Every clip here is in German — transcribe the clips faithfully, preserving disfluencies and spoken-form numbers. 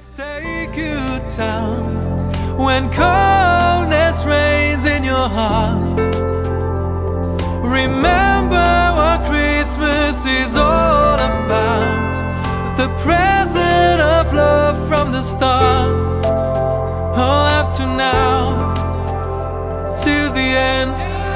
Take you down when coldness reigns in your heart. Remember what Christmas is all about. The present of love from the start. Oh, up to now, to the end.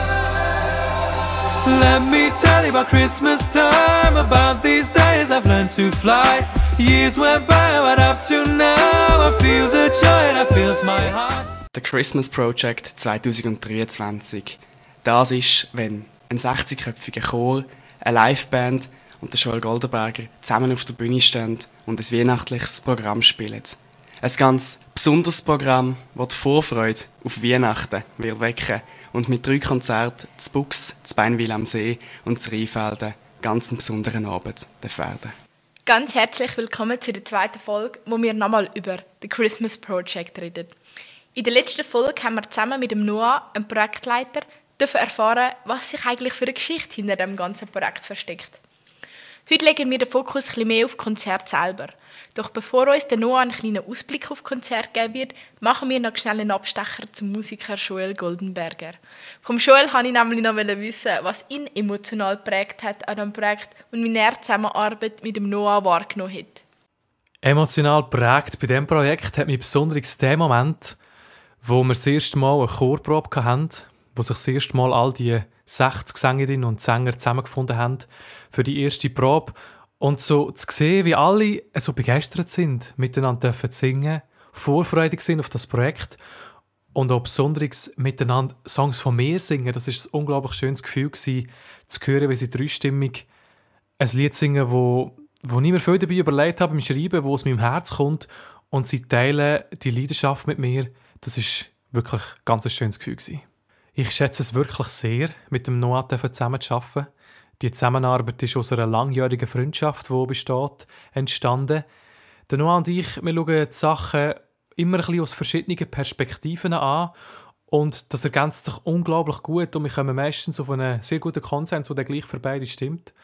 Let me tell you about Christmas time, about these days I've learned to fly. Years went by, but up to now I feel the joy that fills my heart. The Christmas Project zwanzig dreiundzwanzig. Das ist, wenn ein sechzigköpfiger Chor, eine Liveband und der Joel Goldenberger zusammen auf der Bühne stehen und ein weihnachtliches Programm spielen. Ein ganz besonderes Programm, das die Vorfreude auf Weihnachten wird wecken und mit drei Konzerten zu Bux, zu Beinwil am See und zu Rheinfelden ganz einen besonderen Abend werden. Ganz herzlich willkommen zu der zweiten Folge, wo wir nochmal über The Christmas Project reden. In der letzten Folge haben wir zusammen mit dem Noah, einem Projektleiter, erfahren, was sich eigentlich für eine Geschichte hinter dem ganzen Projekt versteckt. Heute legen wir den Fokus ein bisschen mehr auf das Konzert selber. Doch bevor uns der Noah einen kleinen Ausblick auf das Konzert geben wird, machen wir noch schnell einen Abstecher zum Musiker Joel Goldenberger. Vom Joel wollte ich nämlich noch wissen, was ihn emotional geprägt hat an diesem Projekt und wie er die Zusammenarbeit mit dem Noah wahrgenommen hat. Emotional geprägt bei diesem Projekt hat mich besonders der Moment, wo wir das erste Mal eine Chorprobe hatten, wo sich das erste Mal all die sechzig Sängerinnen und Sänger zusammengefunden haben für die erste Probe. Und so zu sehen, wie alle so begeistert sind, miteinander zu singen, vorfreudig sind auf das Projekt und auch besonders miteinander Songs von mir singen, das war ein unglaublich schönes Gefühl gewesen, zu hören, wie sie dreistimmig ein Lied singen, wo, wo ich mir viel dabei überlegt habe, im Schreiben, wo es meinem Herz kommt und sie teilen die Leidenschaft mit mir. Das war wirklich ein ganz schönes Gefühl gewesen. Ich schätze es wirklich sehr, mit dem Noah zusammen zu arbeiten. Die Zusammenarbeit ist aus einer langjährigen Freundschaft, die besteht, entstanden. Der Noah und ich, wir schauen die Sachen immer ein bisschen aus verschiedenen Perspektiven an und das ergänzt sich unglaublich gut und wir kommen meistens auf einen sehr guten Konsens, der gleich für beide stimmt.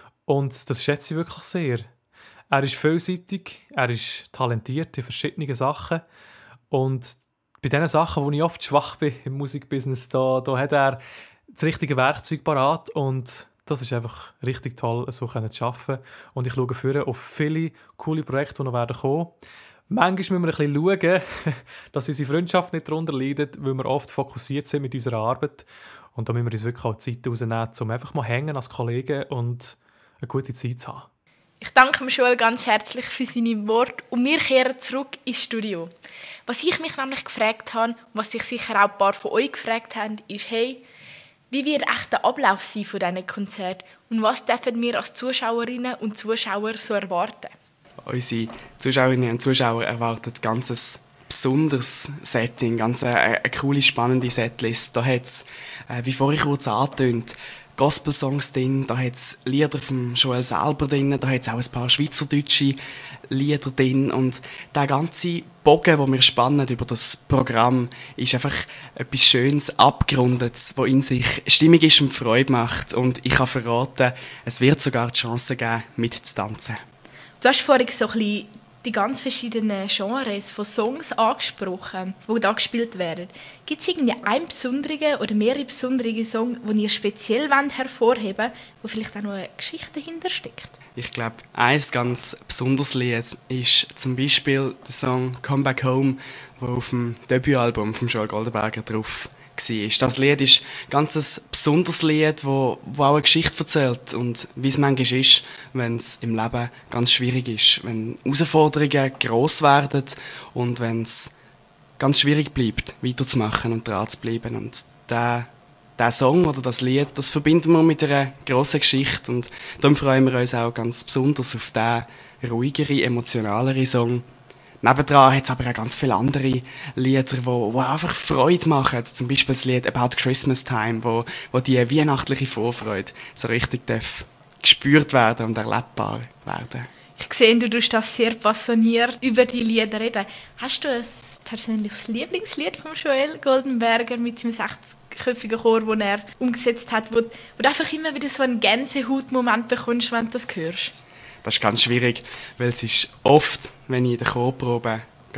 Und das schätze ich wirklich sehr. Er ist vielseitig, er ist talentiert in verschiedenen Sachen und bei den Sachen, wo ich oft schwach bin im Musikbusiness, da, da hat er das richtige Werkzeug parat und das ist einfach richtig toll, so zu arbeiten. Und ich schaue für auf viele coole Projekte, die noch werden kommen. Manchmal müssen wir ein bisschen schauen, dass unsere Freundschaft nicht darunter leidet, weil wir oft fokussiert sind mit unserer Arbeit. Und da müssen wir uns wirklich auch Zeit rausnehmen, um einfach mal hängen als Kollegen und eine gute Zeit zu haben. Ich danke Joel ganz herzlich für seine Worte und wir kehren zurück ins Studio. Was ich mich nämlich gefragt habe und was sich sicher auch ein paar von euch gefragt haben, ist, hey, wie wird echt der Ablauf sein von diesen Konzerten und was dürfen wir als Zuschauerinnen und Zuschauer so erwarten? Unsere Zuschauerinnen und Zuschauer erwarten ein ganz besonderes Setting, ganz eine, eine coole, spannende Setlist. Da hat es, äh, wie vorhin kurz angetönt, Gospel-Songs drin, da hat es Lieder von Joel selber drin, da hat es auch ein paar schweizerdeutsche Lieder drin und der ganze Bogen, den wir spannen über das Programm, ist einfach etwas Schönes, Abgerundetes, das in sich stimmig ist und Freude macht und ich kann verraten, es wird sogar die Chance geben, mitzutanzen. Du hast vorhin so ein bisschen die ganz verschiedenen Genres von Songs angesprochen, die da gespielt werden. Gibt es irgendwie einen besonderen oder mehrere besondere Songs, die ihr speziell hervorheben wollt, wo vielleicht auch noch eine Geschichte dahinter steckt? Ich glaube, ein ganz besonderes Lied ist zum Beispiel der Song «Come Back Home», der auf dem Debütalbum von Joel Goldenberger drauf war. Das Lied ist ein ganz besonderes Lied, das auch eine Geschichte erzählt und wie es manchmal ist, wenn es im Leben ganz schwierig ist, wenn Herausforderungen gross werden und wenn es ganz schwierig bleibt, weiterzumachen und dran zu bleiben. Und der, der Song oder das Lied, das verbinden wir mit einer grossen Geschichte und darum freuen wir uns auch ganz besonders auf diesen ruhigeren, emotionaleren Song. Nebendran hat es aber auch ganz viele andere Lieder, die, die einfach Freude machen. Zum Beispiel das Lied «About Christmas Time», wo, wo die weihnachtliche Vorfreude so richtig darf gespürt werden und erlebbar werden. Ich sehe, du tust das sehr passioniert über die Lieder reden. Hast du ein persönliches Lieblingslied von Joel Goldenberger mit seinem sechzigköpfigen Chor, den er umgesetzt hat, wo, wo du einfach immer wieder so einen Gänsehautmoment bekommst, wenn du das hörst? Das ist ganz schwierig, weil es ist oft, wenn ich in der Chorprobe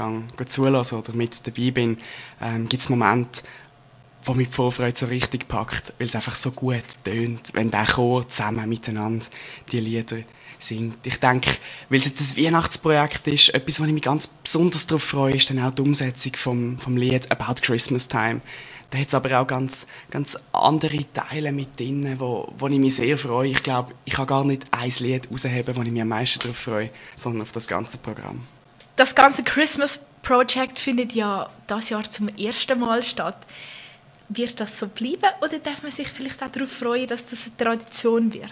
zulasse oder mit dabei bin, ähm, gibt es Momente, wo mich die Vorfreude so richtig packt, weil es einfach so gut tönt, wenn der Chor zusammen miteinander die Lieder singt. Ich denke, weil es jetzt ein Weihnachtsprojekt ist, etwas, wo ich mich ganz besonders darauf freue, ist dann auch die Umsetzung vom, vom Lied «About Christmas Time». Da hat es aber auch ganz, ganz andere Teile mit drin, wo, wo ich mich sehr freue. Ich glaube, ich kann gar nicht ein Lied herausheben, wo ich mich am meisten darauf freue, sondern auf das ganze Programm. Das ganze Christmas Project findet ja dieses Jahr zum ersten Mal statt. Wird das so bleiben oder darf man sich vielleicht auch darauf freuen, dass das eine Tradition wird?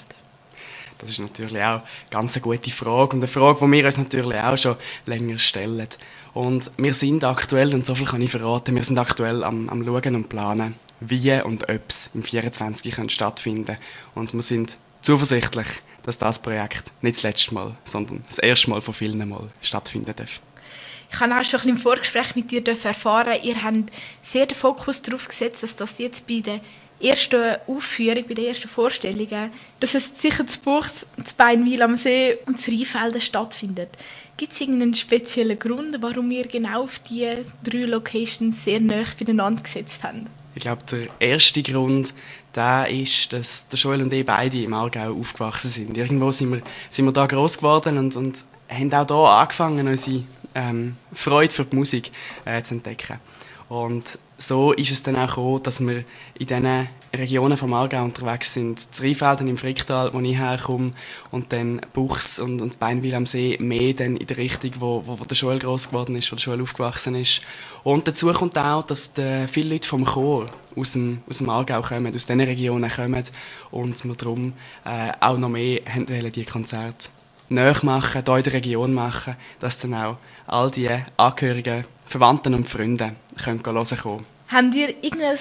Das ist natürlich auch ganz eine gute Frage und eine Frage, die wir uns natürlich auch schon länger stellen. Und wir sind aktuell, und so viel kann ich verraten, wir sind aktuell am, am Schauen und Planen, wie und ob es im vierundzwanzig stattfinden kann. Und wir sind zuversichtlich, dass das Projekt nicht das letzte Mal, sondern das erste Mal von vielen Mal stattfinden darf. Ich habe auch schon ein bisschen im Vorgespräch mit dir erfahren, ihr habt sehr den Fokus darauf gesetzt, dass das jetzt bei der ersten Aufführung, bei den ersten Vorstellungen, dass es sicher zu Buchs, zu Beinwil am See und zu Rheinfelden stattfindet. Gibt es irgendeinen speziellen Grund, warum ihr genau auf diese drei Locations sehr nahe beieinander gesetzt habt? Ich glaube, der erste Grund der ist, dass der Joel und ich beide im Aargau aufgewachsen sind. Irgendwo sind wir, sind wir da gross geworden und, und haben auch hier angefangen, unsere ähm, Freude für die Musik äh, zu entdecken. Und so ist es dann auch gekommen, dass wir in diesen Regionen vom Aargau unterwegs sind. In Rheinfelden im Fricktal, wo ich herkomme, und dann Buchs und, und Beinwil am See, mehr dann in der Richtung, wo, wo, wo der Joel gross geworden ist, wo der Joel aufgewachsen ist. Und dazu kommt auch, dass die, viele Leute vom Chor aus dem, aus dem Aargau kommen, aus diesen Regionen kommen und wir darum äh, auch noch mehr wollen, diese Konzerte näher machen, hier in der Region machen, dass dann auch all die Angehörigen, Verwandten und Freunde können hören kommen. Habt ihr irgendein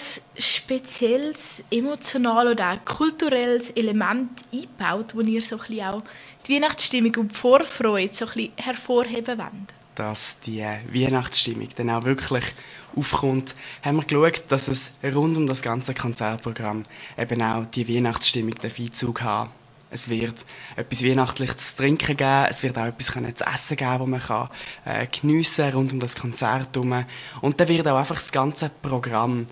spezielles, emotionales oder auch kulturelles Element eingebaut, wo ihr so ein bisschen auch die Weihnachtsstimmung und die Vorfreude so ein bisschen hervorheben wollt? Dass die Weihnachtsstimmung dann auch wirklich aufkommt, haben wir geschaut, dass es rund um das ganze Konzertprogramm eben auch die Weihnachtsstimmung Einzug haben. Es wird etwas Weihnachtliches zu trinken geben, es wird auch etwas zu essen geben, das man kann, äh, geniessen kann rund um das Konzert herum. Und dann wird auch einfach das ganze Programm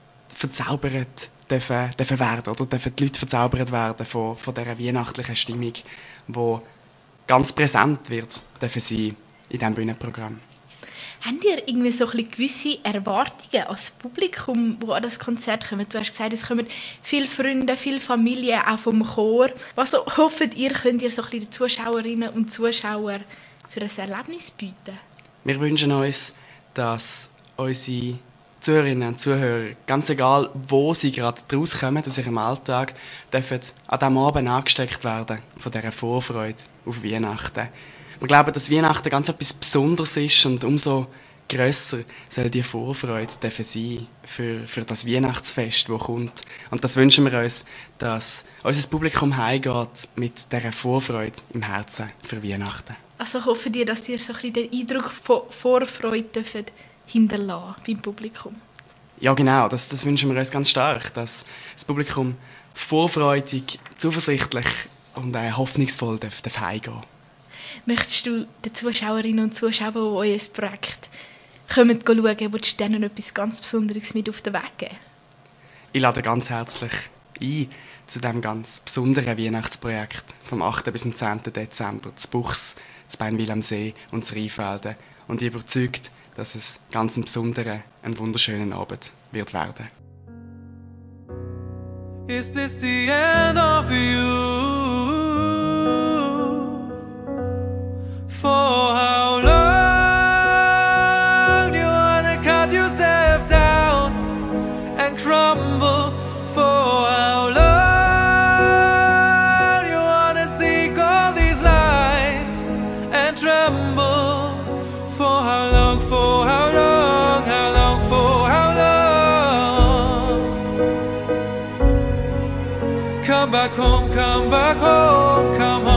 verzaubert dürfen, dürfen werden, oder dürfen die Leute verzaubert werden von, von dieser weihnachtlichen Stimmung, die ganz präsent wird dürfen sein in diesem Bühnenprogramm. Habt ihr irgendwie so ein bisschen gewisse Erwartungen als Publikum, das an das Konzert kommt? Du hast gesagt, es kommen viele Freunde, viele Familien, auch vom Chor. Was hofft ihr, könnt ihr so ein bisschen den Zuschauerinnen und Zuschauern für ein Erlebnis bieten? Wir wünschen uns, dass unsere Zuhörerinnen und Zuhörer, ganz egal, wo sie gerade rauskommen aus ihrem Alltag, dürfen an diesem Abend angesteckt werden von dieser Vorfreude auf Weihnachten. Wir glauben, dass Weihnachten ganz etwas Besonderes ist und umso grösser soll die Vorfreude sein für, für das Weihnachtsfest, das kommt. Und das wünschen wir uns, dass unser Publikum heimgeht mit dieser Vorfreude im Herzen für Weihnachten. Also hoffen ihr, dass ihr so ein bisschen den Eindruck von Vorfreude dürft hinterlassen beim Publikum? Ja, genau. Das, das wünschen wir uns ganz stark, dass das Publikum vorfreudig, zuversichtlich und äh, hoffnungsvoll darf, darf heimgehen. Möchtest du den Zuschauerinnen und Zuschauern, die euer Projekt kommen, schauen, willst du denen etwas ganz Besonderes mit auf den Weg geben? Ich lade ganz herzlich ein zu diesem ganz besonderen Weihnachtsprojekt vom achten bis zum zehnten Dezember zu Buchs, zu Beinwil am See und zu Rheinfelden. Und ich bin überzeugt, dass es ganz ein besonderer, ein wunderschönen Abend wird werden. Is this the end of you? For how long do you wanna cut yourself down and crumble? For how long do you wanna seek all these lies and tremble? For how long, for how long, how long, for how long? Come back home, come back home, come home.